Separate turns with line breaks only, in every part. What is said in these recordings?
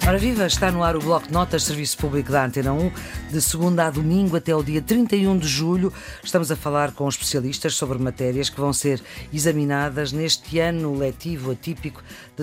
Ora viva, está no ar o Bloco de Notas, Serviço Público da Antena 1, de segunda a domingo até ao dia 31 de julho. Estamos a falar com especialistas sobre matérias que vão ser examinadas neste ano letivo atípico de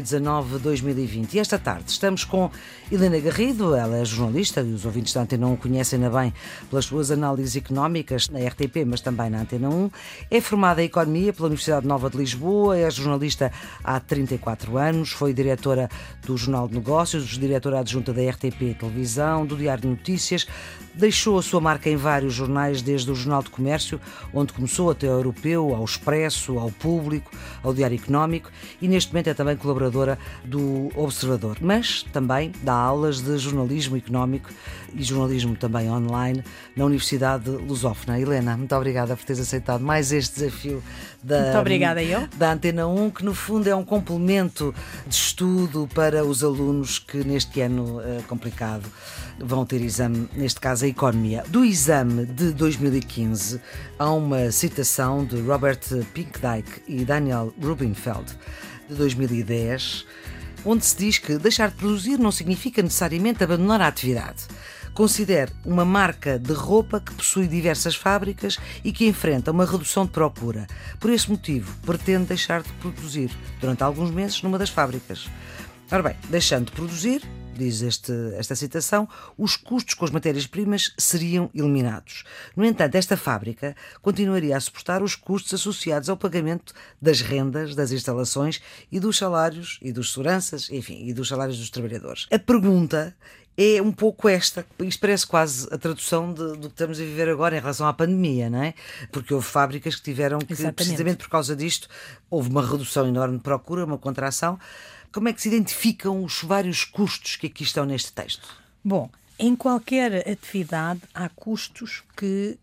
2019-2020. E esta tarde estamos com Helena Garrido, ela é jornalista e os ouvintes da Antena 1 conhecem-na bem pelas suas análises económicas na RTP, mas também na Antena 1. É formada em Economia pela Universidade Nova de Lisboa, é jornalista há 34 anos, foi diretora do Jornal de Negócios, diretora adjunta da RTP Televisão, do Diário de Notícias, deixou a sua marca em vários jornais, desde o Jornal de Comércio, onde começou, até ao Europeu, ao Expresso, ao Público, ao Diário Económico, e neste momento é também colaboradora do Observador, mas também dá aulas de jornalismo económico e jornalismo também online na Universidade Lusófona. Helena, muito obrigada por teres aceitado mais este desafio
muito obrigada,
da Antena 1, que no fundo é um complemento de estudo para os alunos que neste ano complicado vão ter exame, neste caso a Economia. Do exame de 2015 há uma citação de Robert Pinkdyke e Daniel Rubinfeld de 2010, onde se diz que deixar de produzir não significa necessariamente abandonar a atividade. Considere uma marca de roupa que possui diversas fábricas e que enfrenta uma redução de procura. Por esse motivo, pretende deixar de produzir durante alguns meses numa das fábricas. Ora bem, deixando de produzir, diz esta citação, os custos com as matérias-primas seriam eliminados. No entanto, esta fábrica continuaria a suportar os custos associados ao pagamento das rendas, das instalações e dos salários e dos seguranças, enfim, e dos salários dos trabalhadores. A pergunta é um pouco esta, isto parece quase a tradução do que estamos a viver agora em relação à pandemia, não é? Porque houve fábricas que tiveram que,
exatamente,
precisamente por causa disto, houve uma redução enorme de procura, uma contração. Como é que se identificam os vários custos que aqui estão neste texto?
Bom, em qualquer atividade há custos que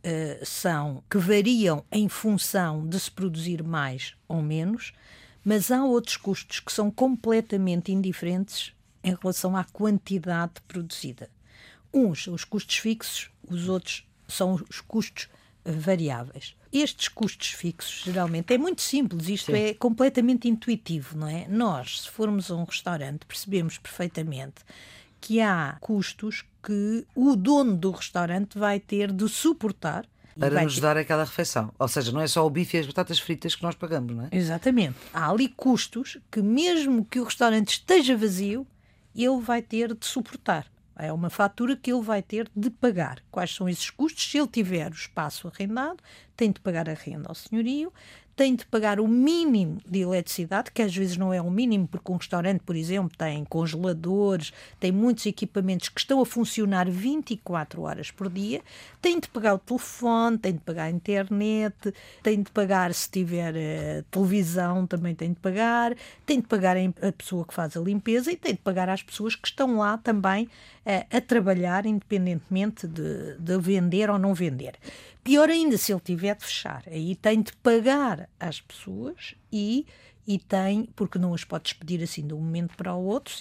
variam em função de se produzir mais ou menos, mas há outros custos que são completamente indiferentes em relação à quantidade produzida. Uns são os custos fixos, os outros são os custos variáveis. Estes custos fixos, geralmente, é muito simples, isto Sim. É completamente intuitivo, não é? Nós, se formos a um restaurante, percebemos perfeitamente que há custos que o dono do restaurante vai ter de suportar
para nos dar aquela refeição. Ou seja, não é só o bife e as batatas fritas que nós pagamos, não é?
Exatamente. Há ali custos que, mesmo que o restaurante esteja vazio, ele vai ter de suportar. É uma fatura que ele vai ter de pagar. Quais são esses custos? Se ele tiver o espaço arrendado, tem de pagar a renda ao senhorio, tem de pagar o mínimo de eletricidade, que às vezes não é um mínimo, porque um restaurante, por exemplo, tem congeladores, tem muitos equipamentos que estão a funcionar 24 horas por dia, tem de pagar o telefone, tem de pagar a internet, tem de pagar, se tiver televisão, também tem de pagar a pessoa que faz a limpeza e tem de pagar às pessoas que estão lá também a trabalhar, independentemente de vender ou não vender. Pior ainda, se ele tiver de fechar, aí tem de pagar às pessoas e tem, porque não as pode despedir assim de um momento para o outro,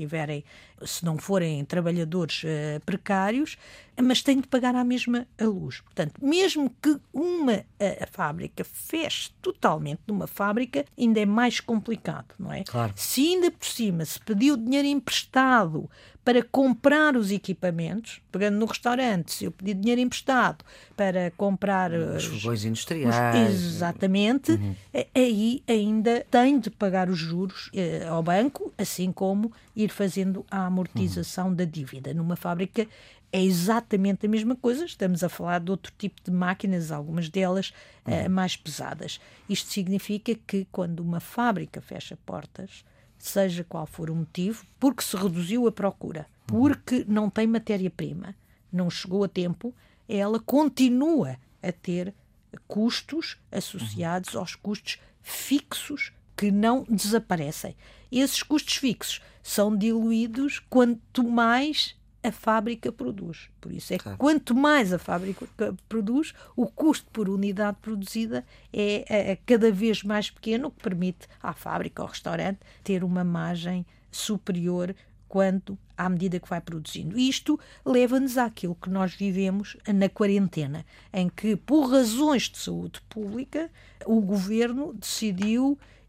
se não forem trabalhadores precários, mas tem de pagar à mesma a luz. Portanto, mesmo que a fábrica feche totalmente numa fábrica, ainda é mais complicado, não é?
Claro.
Se ainda por cima se pediu dinheiro emprestado para comprar os equipamentos, pegando no restaurante, se eu pedir dinheiro emprestado para comprar
os fogões industriais,
exatamente, aí ainda tem de pagar os juros ao banco, assim como ir fazendo a amortização da dívida. Numa fábrica é exatamente a mesma coisa, estamos a falar de outro tipo de máquinas, algumas delas mais pesadas. Isto significa que quando uma fábrica fecha portas, seja qual for o motivo, porque se reduziu a procura, porque não tem matéria-prima, não chegou a tempo, ela continua a ter custos associados aos custos fixos que não desaparecem. Esses custos fixos são diluídos quanto mais a fábrica produz. Por isso é que quanto mais a fábrica produz, o custo por unidade produzida é cada vez mais pequeno, o que permite à fábrica, ao restaurante, ter uma margem superior à medida que vai produzindo. Isto leva-nos àquilo que nós vivemos na quarentena, em que, por razões de saúde pública, o governo decidiu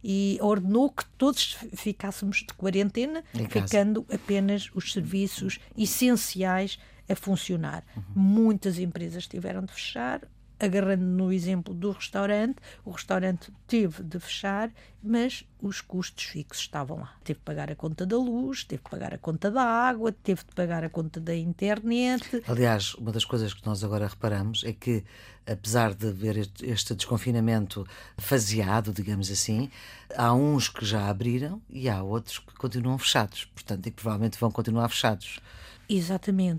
e ordenou que todos ficássemos de quarentena, ficando apenas os serviços essenciais a funcionar. Muitas empresas tiveram de fechar. Agarrando no exemplo do restaurante, o restaurante teve de fechar, mas os custos fixos estavam lá. Teve de pagar a conta da luz, teve de pagar a conta da água, teve de pagar a conta da internet.
Aliás, uma das coisas que nós agora reparamos é que, apesar de haver este desconfinamento faseado, digamos assim, há uns que já abriram e há outros que continuam fechados, portanto, e que provavelmente vão continuar fechados.
Exatamente.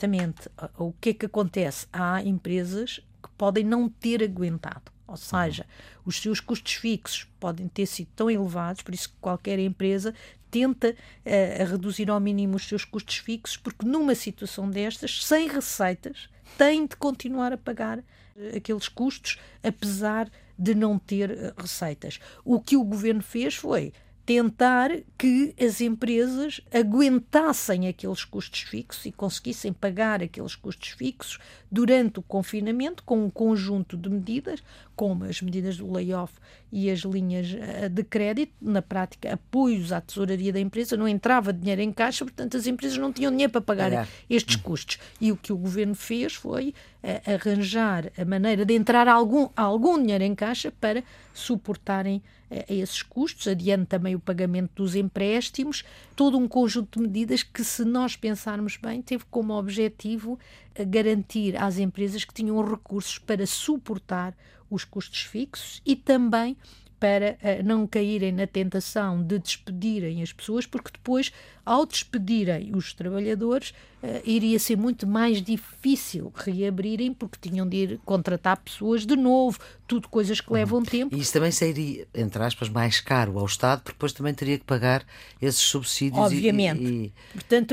O que é que acontece? Há empresas que podem não ter aguentado, ou seja, os seus custos fixos podem ter sido tão elevados, por isso que qualquer empresa tenta a reduzir ao mínimo os seus custos fixos, porque numa situação destas, sem receitas, tem de continuar a pagar aqueles custos, apesar de não ter receitas. O que o governo fez foi tentar que as empresas aguentassem aqueles custos fixos e conseguissem pagar aqueles custos fixos durante o confinamento, com um conjunto de medidas, como as medidas do layoff e as linhas de crédito, na prática, apoios à tesouraria da empresa, não entrava dinheiro em caixa, portanto as empresas não tinham dinheiro para pagar estes custos. E o que o governo fez foi arranjar a maneira de entrar algum dinheiro em caixa para suportarem esses custos, adiante também o pagamento dos empréstimos, todo um conjunto de medidas que, se nós pensarmos bem, teve como objetivo garantir às empresas que tinham recursos para suportar os custos fixos e também para não caírem na tentação de despedirem as pessoas, porque depois, ao despedirem os trabalhadores, iria ser muito mais difícil reabrirem, porque tinham de ir contratar pessoas de novo, tudo coisas que levam tempo.
E isso também sairia, entre aspas, mais caro ao Estado, porque depois também teria que pagar esses subsídios.
Obviamente. Portanto,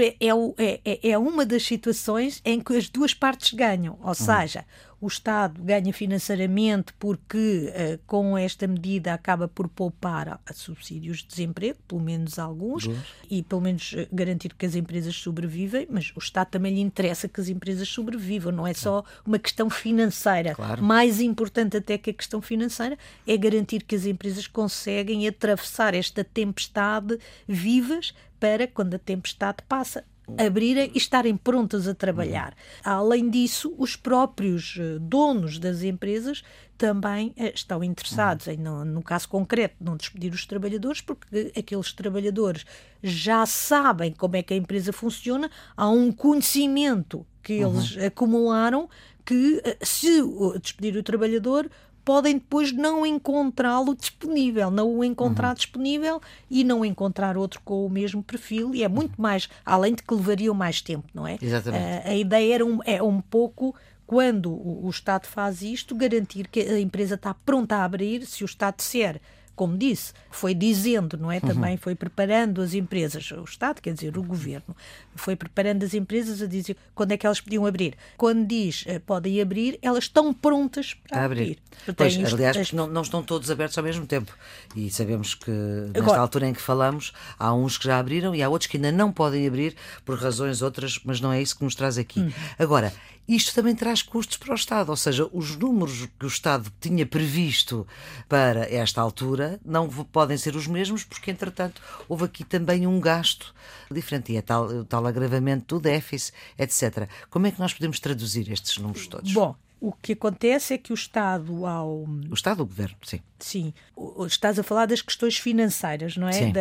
é uma das situações em que as duas partes ganham, ou seja, o Estado ganha financeiramente porque com esta medida acaba por poupar a subsídios de desemprego, pelo menos alguns, e pelo menos garantir que as empresas sobrevivem, mas o Estado também lhe interessa que as empresas sobrevivam, não é só uma questão financeira.
Claro.
Mais importante até que a questão financeira é garantir que as empresas conseguem atravessar esta tempestade vivas para, quando a tempestade passa, abrirem e estarem prontas a trabalhar. Além disso, os próprios donos das empresas também estão interessados em, no caso concreto, não despedir os trabalhadores, porque aqueles trabalhadores já sabem como é que a empresa funciona, há um conhecimento que eles acumularam que, se despedir o trabalhador, podem depois não encontrá-lo disponível, não o encontrar disponível e não encontrar outro com o mesmo perfil, e é muito mais, além de que levariam mais tempo, não é?
Exatamente.
A ideia é um pouco, quando o Estado faz isto, garantir que a empresa está pronta a abrir, se o Estado disser, como disse, foi dizendo, não é? Também foi preparando as empresas, o Estado, quer dizer, o Governo, foi preparando as empresas a dizer quando é que elas podiam abrir. Quando diz podem abrir, elas estão prontas para abrir.
Pois, aliás, não estão todos abertos ao mesmo tempo. E sabemos que, nesta altura em que falamos, há uns que já abriram e há outros que ainda não podem abrir por razões outras, mas não é isso que nos traz aqui. Agora, isto também traz custos para o Estado, ou seja, os números que o Estado tinha previsto para esta altura não podem ser os mesmos, porque, entretanto, houve aqui também um gasto diferente, e é o tal agravamento do déficit, etc. Como é que nós podemos traduzir estes números todos?
Bom, o que acontece é que o Estado,
O Estado, o Governo, sim.
Sim, estás a falar das questões financeiras, não é?
Sim.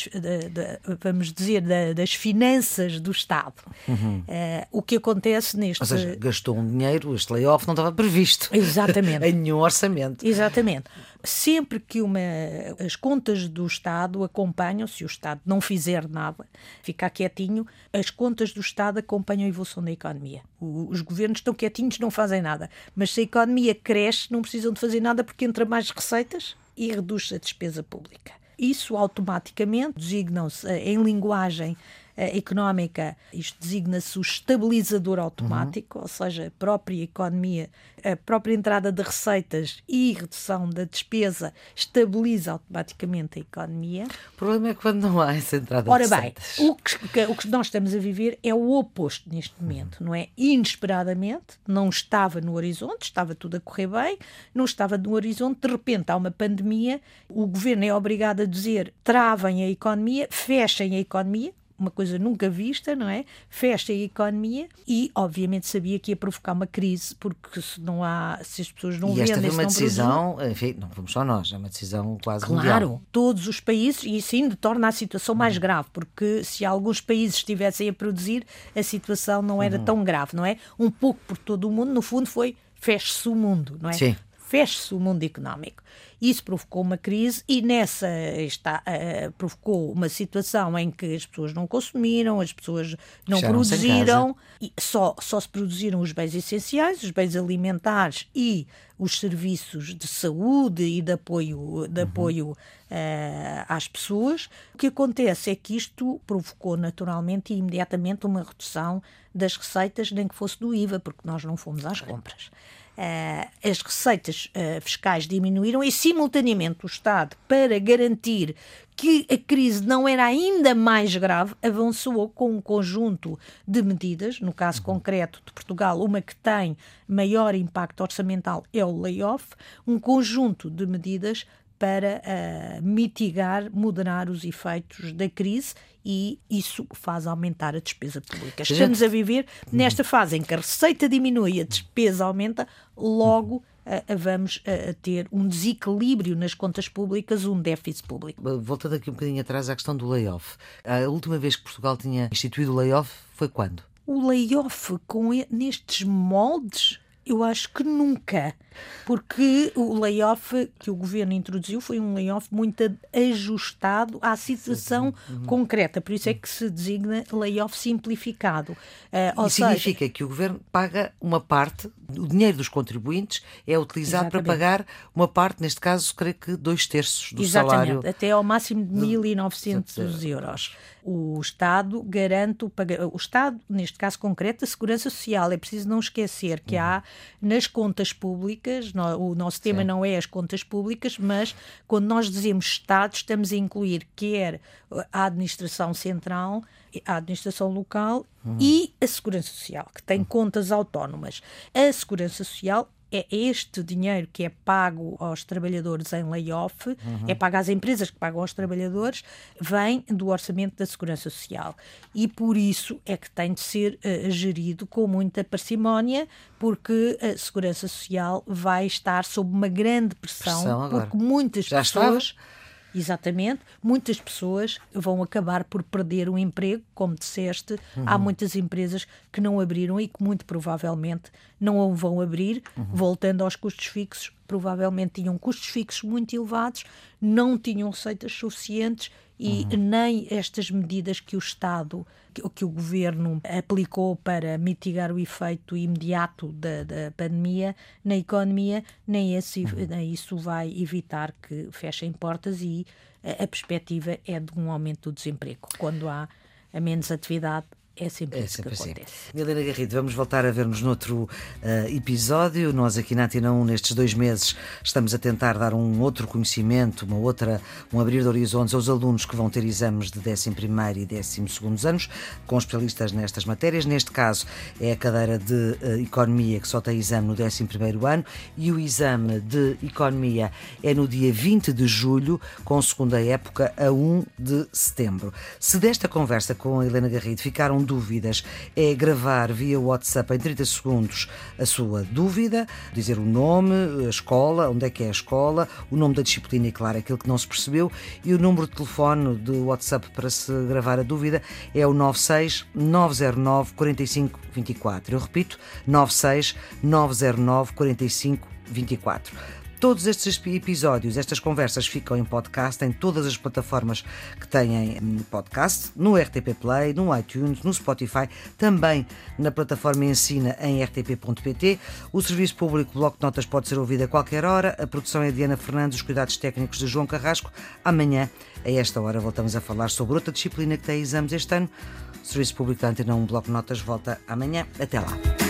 Vamos dizer, das finanças do Estado. O que acontece neste...
Ou seja, gastou um dinheiro, este layoff não estava previsto.
Exatamente.
Em nenhum orçamento.
Exatamente. Sempre que as contas do Estado acompanham, se o Estado não fizer nada, ficar quietinho, as contas do Estado acompanham a evolução da economia. Os governos estão quietinhos, não fazem nada. Mas se a economia cresce, não precisam de fazer nada porque entra mais receitas e reduz a despesa pública. Isso automaticamente designam-se em linguagem económica, isto designa-se o estabilizador automático, ou seja, a própria economia, a própria entrada de receitas e redução da despesa estabiliza automaticamente a economia.
O problema é quando não há essa entrada de receitas.
Ora bem, o que nós estamos a viver é o oposto neste momento, não é? Inesperadamente, não estava no horizonte, estava tudo a correr bem, não estava no horizonte, de repente há uma pandemia, o governo é obrigado a dizer travem a economia, fechem a economia, uma coisa nunca vista, não é? Fechem a economia e, obviamente, sabia que ia provocar uma crise, porque se as pessoas não vendem,
esta foi uma decisão,
produzem,
enfim, não fomos só nós, é uma decisão quase
claro,
mundial.
todos os países, e isso ainda torna a situação mais grave, porque se alguns países estivessem a produzir, a situação não era tão grave, não é? Um pouco por todo o mundo, no fundo foi feche-se o mundo, não é?
Sim.
Feche-se o mundo económico. Isso provocou uma crise e provocou uma situação em que as pessoas não consumiram, as pessoas não produziram, e só se produziram os bens essenciais, os bens alimentares e os serviços de saúde e de apoio às pessoas. O que acontece é que isto provocou naturalmente e imediatamente uma redução das receitas, nem que fosse do IVA, porque nós não fomos às compras. As receitas fiscais diminuíram e, simultaneamente, o Estado, para garantir que a crise não era ainda mais grave, avançou com um conjunto de medidas. No caso concreto de Portugal, uma que tem maior impacto orçamental é o layoff, um conjunto de medidas para mitigar, moderar os efeitos da crise, e isso faz aumentar a despesa pública. Estamos a viver nesta fase em que a receita diminui e a despesa aumenta, logo vamos ter um desequilíbrio nas contas públicas, um déficit público.
Voltando aqui um bocadinho atrás à questão do layoff. A última vez que Portugal tinha instituído o layoff foi quando?
O layoff nestes moldes? Eu acho que nunca, porque o layoff que o governo introduziu foi um layoff muito ajustado à situação concreta, por isso é que se designa layoff simplificado.
Significa que o governo paga uma parte, o dinheiro dos contribuintes é utilizado para pagar uma parte, neste caso, creio que 2/3 do salário.
Até ao máximo de 1.900 euros. O Estado garante o Estado, neste caso concreto, a Segurança Social. É preciso não esquecer que há nas contas públicas, o nosso tema não é as contas públicas, mas quando nós dizemos Estado, estamos a incluir quer a administração central, a administração local e a Segurança Social, que tem contas autónomas. A Segurança Social é este dinheiro que é pago aos trabalhadores em layoff, é pago às empresas que pagam aos trabalhadores, vem do orçamento da Segurança Social. E por isso é que tem de ser gerido com muita parcimónia, porque a Segurança Social vai estar sob uma grande pressão porque muitas pessoas... Exatamente. Muitas pessoas vão acabar por perder o emprego, como disseste. Há muitas empresas que não abriram e que muito provavelmente não o vão abrir. Voltando aos custos fixos, provavelmente tinham custos fixos muito elevados, não tinham receitas suficientes e nem estas medidas que o Estado, que o Governo aplicou para mitigar o efeito imediato da pandemia na economia, nem isso vai evitar que fechem portas, e a perspectiva é de um aumento do desemprego. Quando há a menos atividade, é sempre isso que acontece.
Helena Garrido, vamos voltar a ver-nos noutro episódio. Nós aqui na Antena 1, nestes 2 meses, estamos a tentar dar um outro conhecimento, um abrir de horizontes aos alunos que vão ter exames de 11º e 12º anos, com especialistas nestas matérias. Neste caso é a cadeira de Economia, que só tem exame no 11º ano, e o exame de Economia é no dia 20 de julho, com segunda época a 1 de setembro. Se desta conversa com a Helena Garrido ficaram dúvidas, é gravar via WhatsApp em 30 segundos a sua dúvida, dizer o nome, a escola, onde é que é a escola, o nome da disciplina e, claro, aquilo que não se percebeu, e o número de telefone do WhatsApp para se gravar a dúvida é o 96 909 45 24. Eu repito, 96 909 45 24. Todos estes episódios, estas conversas ficam em podcast em todas as plataformas que têm podcast, no RTP Play, no iTunes, no Spotify, também na plataforma Ensina em rtp.pt. O Serviço Público Bloco de Notas pode ser ouvido a qualquer hora. A produção é de Diana Fernandes, os cuidados técnicos de João Carrasco. Amanhã, a esta hora, voltamos a falar sobre outra disciplina que tem exames este ano. O Serviço Público da Antena 1 Bloco de Notas volta amanhã. Até lá.